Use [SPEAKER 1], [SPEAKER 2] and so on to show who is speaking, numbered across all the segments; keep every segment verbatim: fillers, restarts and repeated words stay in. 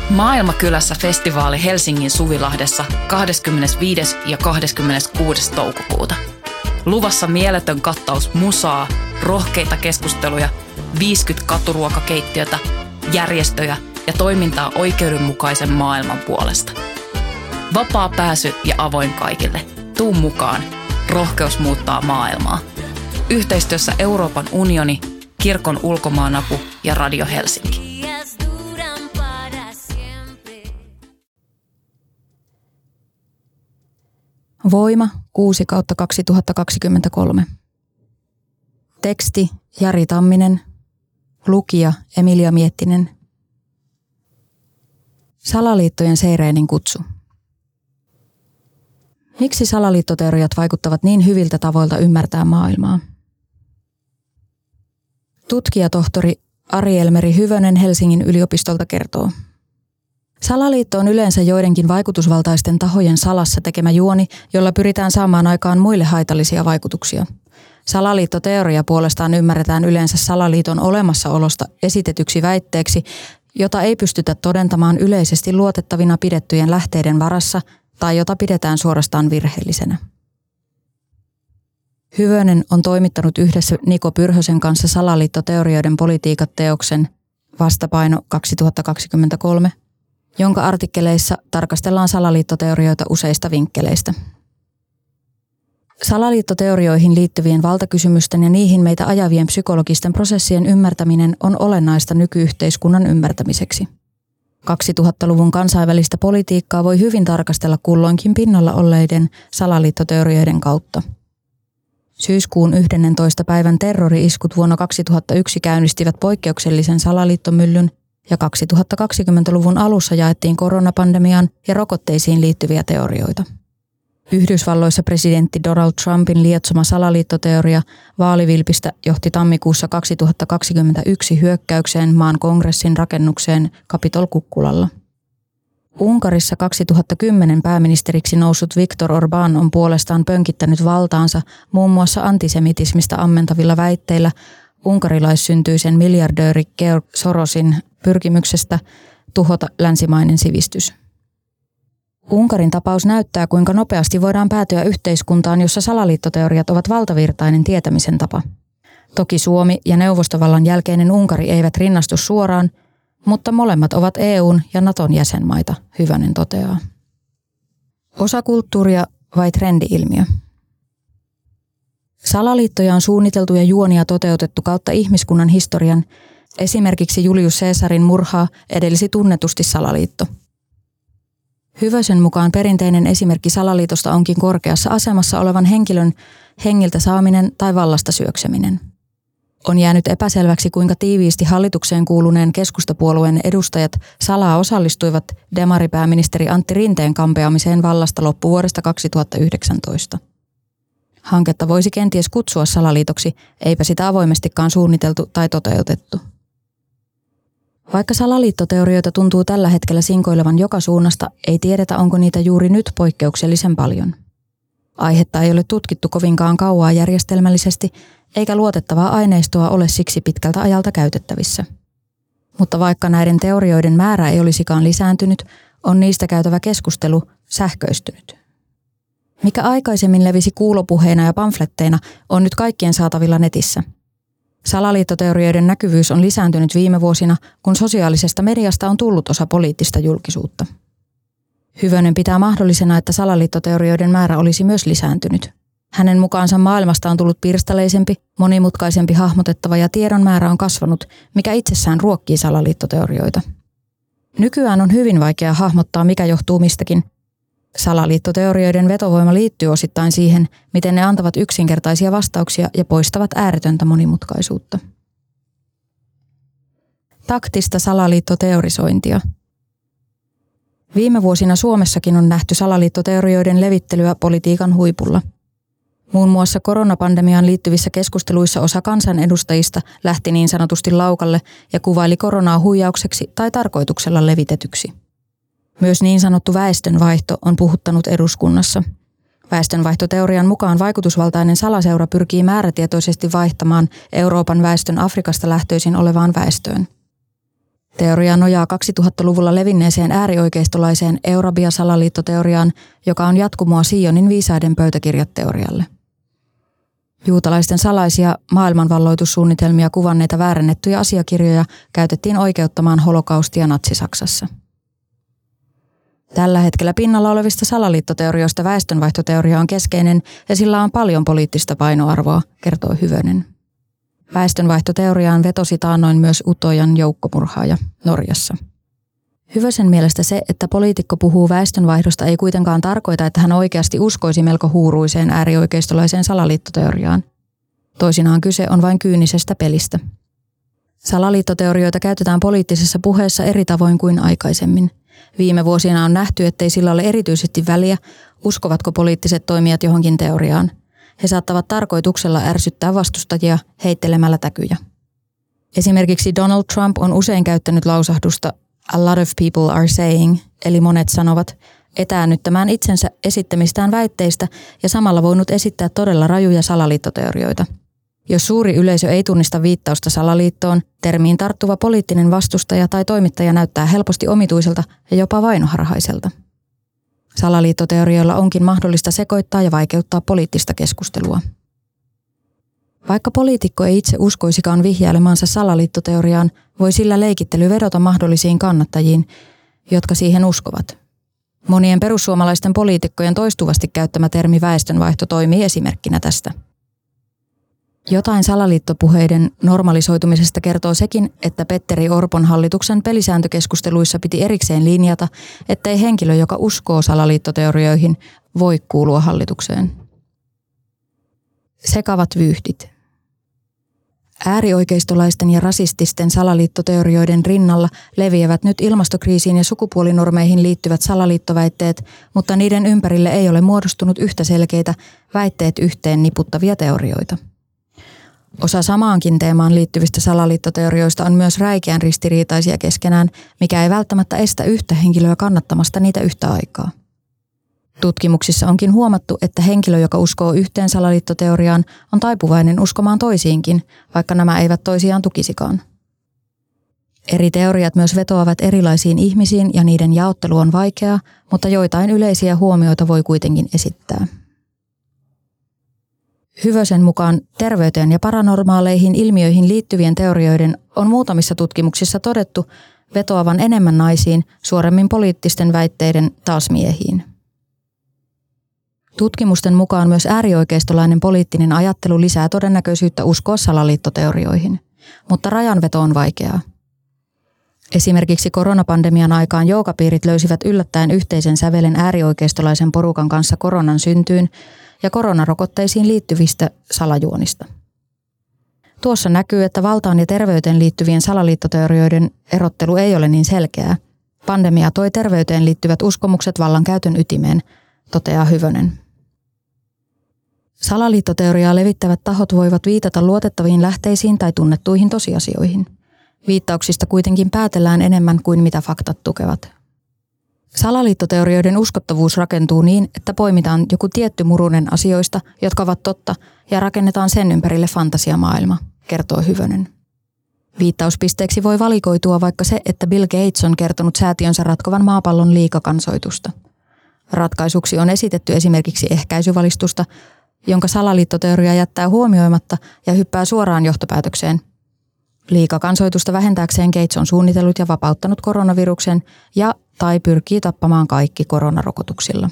[SPEAKER 1] Maailmakylässä festivaali Helsingin Suvilahdessa kahdeskymmenesviides ja kahdeskymmeneskuudes toukokuuta. Luvassa mieletön kattaus musaa, rohkeita keskusteluja, viisikymmentä katuruokakeittiötä, järjestöjä ja toimintaa oikeudenmukaisen maailman puolesta. Vapaa pääsy ja avoin kaikille. Tuu mukaan. Rohkeus muuttaa maailmaa. Yhteistyössä Euroopan unioni, Kirkon ulkomaanapu ja Radio Helsinki.
[SPEAKER 2] Voima kuusi kautta kaksituhattakaksikymmentäkolme. Teksti Jari Tamminen. Lukija Emilia Miettinen. Salaliittojen Seireenin kutsu. Miksi salaliittoteoriat vaikuttavat niin hyviltä tavoilta ymmärtää maailmaa? Tutkijatohtori Ari-Elmeri Hyvönen Helsingin yliopistolta kertoo. Salaliitto on yleensä joidenkin vaikutusvaltaisten tahojen salassa tekemä juoni, jolla pyritään saamaan aikaan muille haitallisia vaikutuksia. Salaliittoteoria puolestaan ymmärretään yleensä salaliiton olemassaolosta esitetyksi väitteeksi, jota ei pystytä todentamaan yleisesti luotettavina pidettyjen lähteiden varassa tai jota pidetään suorastaan virheellisenä. Hyvönen on toimittanut yhdessä Niko Pyrhösen kanssa salaliittoteorioiden politiikat -teoksen Vastapaino kaksituhattakaksikymmentäkolme, jonka artikkeleissa tarkastellaan salaliittoteorioita useista vinkkeleistä. Salaliittoteorioihin liittyvien valtakysymysten ja niihin meitä ajavien psykologisten prosessien ymmärtäminen on olennaista nykyyhteiskunnan ymmärtämiseksi. kaksituhattaluvun kansainvälistä politiikkaa voi hyvin tarkastella kulloinkin pinnalla olleiden salaliittoteorioiden kautta. Syyskuun yhdennentoista päivän terrori-iskut vuonna kaksituhattayksi käynnistivät poikkeuksellisen salaliittomyllyn ja kaksituhattakaksikymmentäluvun alussa jaettiin koronapandemiaan ja rokotteisiin liittyviä teorioita. Yhdysvalloissa presidentti Donald Trumpin lietsoma salaliittoteoria vaalivilpistä johti tammikuussa kaksituhattakaksikymmentäyksi hyökkäykseen maan kongressin rakennukseen Capitol-kukkulalla. Unkarissa kaksituhattakymmenen pääministeriksi noussut Viktor Orbán on puolestaan pönkittänyt valtaansa muun muassa antisemitismistä ammentavilla väitteillä unkarilaissyntyisen miljardööri Georg Sorosin pyrkimyksestä tuhota länsimainen sivistys. Unkarin tapaus näyttää, kuinka nopeasti voidaan päätyä yhteiskuntaan, jossa salaliittoteoriat ovat valtavirtainen tietämisen tapa. Toki Suomi ja Neuvostovallan jälkeinen Unkari eivät rinnastu suoraan, mutta molemmat ovat E U:n ja Naton jäsenmaita, Hyvönen toteaa. Osakulttuuria vai trendi-ilmiö? Salaliittoja on suunniteltu ja juonia toteutettu kautta ihmiskunnan historian. Esimerkiksi Julius Caesarin murhaa edelsi tunnetusti salaliitto. Hyvösen mukaan perinteinen esimerkki salaliitosta onkin korkeassa asemassa olevan henkilön hengiltä saaminen tai vallasta syökseminen. On jäänyt epäselväksi, kuinka tiiviisti hallitukseen kuuluneen keskustapuolueen edustajat salaa osallistuivat demaripääministeri Antti Rinteen kampeamiseen vallasta loppuvuodesta kaksituhattayhdeksäntoista. Hanketta voisi kenties kutsua salaliitoksi, eipä sitä avoimestikaan suunniteltu tai toteutettu. Vaikka salaliittoteorioita tuntuu tällä hetkellä sinkoilevan joka suunnasta, ei tiedetä, onko niitä juuri nyt poikkeuksellisen paljon. Aihetta ei ole tutkittu kovinkaan kauaa järjestelmällisesti, eikä luotettavaa aineistoa ole siksi pitkältä ajalta käytettävissä. Mutta vaikka näiden teorioiden määrä ei olisikaan lisääntynyt, on niistä käytävä keskustelu sähköistynyt. Mikä aikaisemmin levisi kuulopuheina ja pamfletteina, on nyt kaikkien saatavilla netissä. Salaliittoteorioiden näkyvyys on lisääntynyt viime vuosina, kun sosiaalisesta mediasta on tullut osa poliittista julkisuutta. Hyvönen pitää mahdollisena, että salaliittoteorioiden määrä olisi myös lisääntynyt. Hänen mukaansa maailmasta on tullut pirstaleisempi, monimutkaisempi hahmotettava ja tiedon määrä on kasvanut, mikä itsessään ruokkii salaliittoteorioita. Nykyään on hyvin vaikea hahmottaa, mikä johtuu mistäkin. Salaliittoteorioiden vetovoima liittyy osittain siihen, miten ne antavat yksinkertaisia vastauksia ja poistavat ääretöntä monimutkaisuutta. Taktista salaliittoteorisointia. Viime vuosina Suomessakin on nähty salaliittoteorioiden levittelyä politiikan huipulla. Muun muassa koronapandemiaan liittyvissä keskusteluissa osa kansanedustajista lähti niin sanotusti laukalle ja kuvaili koronaa huijaukseksi tai tarkoituksella levitetyksi. Myös niin sanottu väestönvaihto on puhuttanut eduskunnassa. Väestönvaihtoteorian mukaan vaikutusvaltainen salaseura pyrkii määrätietoisesti vaihtamaan Euroopan väestön Afrikasta lähtöisin olevaan väestöön. Teoria nojaa kaksituhattaluvulla levinneeseen äärioikeistolaiseen Eurabia-salaliittoteoriaan, joka on jatkumoa Sionin viisaiden pöytäkirjat-teorialle. Juutalaisten salaisia maailmanvalloitussuunnitelmia kuvanneita väärennettyjä asiakirjoja käytettiin oikeuttamaan holokaustia Natsi-Saksassa. Tällä hetkellä pinnalla olevista salaliittoteorioista väestönvaihtoteoria on keskeinen ja sillä on paljon poliittista painoarvoa, kertoo Hyvönen. Väestönvaihtoteoriaan vetosi taannoin myös Utojan joukkomurhaaja Norjassa. Hyvösen mielestä se, että poliitikko puhuu väestönvaihdosta, ei kuitenkaan tarkoita, että hän oikeasti uskoisi melko huuruiseen äärioikeistolaiseen salaliittoteoriaan. Toisinaan kyse on vain kyynisestä pelistä. Salaliittoteorioita käytetään poliittisessa puheessa eri tavoin kuin aikaisemmin. Viime vuosina on nähty, ettei sillä ole erityisesti väliä, uskovatko poliittiset toimijat johonkin teoriaan. He saattavat tarkoituksella ärsyttää vastustajia heittelemällä täkyjä. Esimerkiksi Donald Trump on usein käyttänyt lausahdusta "a lot of people are saying", eli monet sanovat, etäännyttämään itsensä esittämistään väitteistä ja samalla voinut esittää todella rajuja salaliittoteorioita. Jos suuri yleisö ei tunnista viittausta salaliittoon, termiin tarttuva poliittinen vastustaja tai toimittaja näyttää helposti omituiselta ja jopa vainoharhaiselta. Salaliittoteorioilla onkin mahdollista sekoittaa ja vaikeuttaa poliittista keskustelua. Vaikka poliitikko ei itse uskoisikaan vihjailemansa salaliittoteoriaan, voi sillä leikittely vedota mahdollisiin kannattajiin, jotka siihen uskovat. Monien perussuomalaisten poliitikkojen toistuvasti käyttämä termi väestönvaihto toimii esimerkkinä tästä. Jotain salaliittopuheiden normalisoitumisesta kertoo sekin, että Petteri Orpon hallituksen pelisääntökeskusteluissa piti erikseen linjata, ettei henkilö, joka uskoo salaliittoteorioihin, voi kuulua hallitukseen. Sekavat vyyhdit. Äärioikeistolaisten ja rasististen salaliittoteorioiden rinnalla leviävät nyt ilmastokriisiin ja sukupuolinormeihin liittyvät salaliittoväitteet, mutta niiden ympärille ei ole muodostunut yhtä selkeitä väitteet yhteen niputtavia teorioita. Osa samaankin teemaan liittyvistä salaliittoteorioista on myös räikeän ristiriitaisia keskenään, mikä ei välttämättä estä yhtä henkilöä kannattamasta niitä yhtä aikaa. Tutkimuksissa onkin huomattu, että henkilö, joka uskoo yhteen salaliittoteoriaan, on taipuvainen uskomaan toisiinkin, vaikka nämä eivät toisiaan tukisikaan. Eri teoriat myös vetoavat erilaisiin ihmisiin ja niiden jaottelu on vaikeaa, mutta joitain yleisiä huomioita voi kuitenkin esittää. Hyvösen mukaan terveyteen ja paranormaaleihin ilmiöihin liittyvien teorioiden on muutamissa tutkimuksissa todettu vetoavan enemmän naisiin, suoremmin poliittisten väitteiden taas miehiin. Tutkimusten mukaan myös äärioikeistolainen poliittinen ajattelu lisää todennäköisyyttä uskoa salaliittoteorioihin, mutta rajanveto on vaikeaa. Esimerkiksi koronapandemian aikaan joogapiirit löysivät yllättäen yhteisen sävelen äärioikeistolaisen porukan kanssa koronan syntyyn ja koronarokotteisiin liittyvistä salajuonista. Tuossa näkyy, että valtaan ja terveyteen liittyvien salaliittoteorioiden erottelu ei ole niin selkeää. Pandemia toi terveyteen liittyvät uskomukset vallankäytön ytimeen, toteaa Hyvönen. Salaliittoteoriaa levittävät tahot voivat viitata luotettaviin lähteisiin tai tunnettuihin tosiasioihin. Viittauksista kuitenkin päätellään enemmän kuin mitä faktat tukevat. Salaliittoteorioiden uskottavuus rakentuu niin, että poimitaan joku tietty murunen asioista, jotka ovat totta, ja rakennetaan sen ympärille fantasiamaailma, kertoo Hyvönen. Viittauspisteeksi voi valikoitua vaikka se, että Bill Gates on kertonut säätiönsä ratkovan maapallon liikakansoitusta. Ratkaisuksi on esitetty esimerkiksi ehkäisyvalistusta, jonka salaliittoteoria jättää huomioimatta ja hyppää suoraan johtopäätökseen. Liikakansoitusta vähentääkseen Gates on suunnitellut ja vapauttanut koronaviruksen ja tai pyrkii tappamaan kaikki koronarokotuksilla.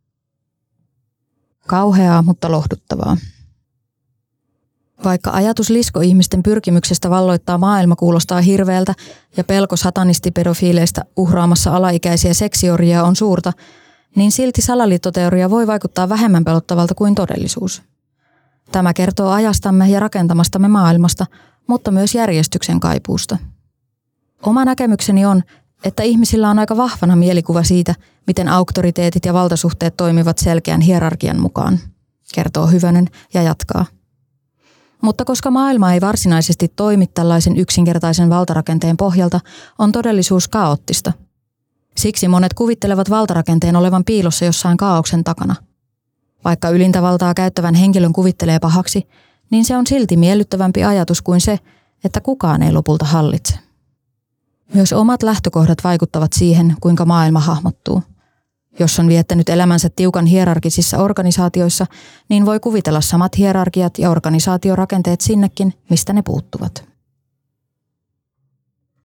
[SPEAKER 2] Kauheaa, mutta lohduttavaa. Vaikka ajatus liskoihmisten pyrkimyksestä valloittaa maailma kuulostaa hirveältä ja pelko satanistipedofiileista uhraamassa alaikäisiä seksiorjia on suurta, niin silti salaliittoteoria voi vaikuttaa vähemmän pelottavalta kuin todellisuus. Tämä kertoo ajastamme ja rakentamastamme maailmasta, mutta myös järjestyksen kaipuusta. Oma näkemykseni on, että ihmisillä on aika vahvana mielikuva siitä, miten auktoriteetit ja valtasuhteet toimivat selkeän hierarkian mukaan, kertoo Hyvönen ja jatkaa. Mutta koska maailma ei varsinaisesti toimi tällaisen yksinkertaisen valtarakenteen pohjalta, on todellisuus kaoottista. Siksi monet kuvittelevat valtarakenteen olevan piilossa jossain kaaoksen takana. Vaikka ylintä valtaa käyttävän henkilön kuvittelee pahaksi, niin se on silti miellyttävämpi ajatus kuin se, että kukaan ei lopulta hallitse. Myös omat lähtökohdat vaikuttavat siihen, kuinka maailma hahmottuu. Jos on viettänyt elämänsä tiukan hierarkisissa organisaatioissa, niin voi kuvitella samat hierarkiat ja organisaatiorakenteet sinnekin, mistä ne puuttuvat.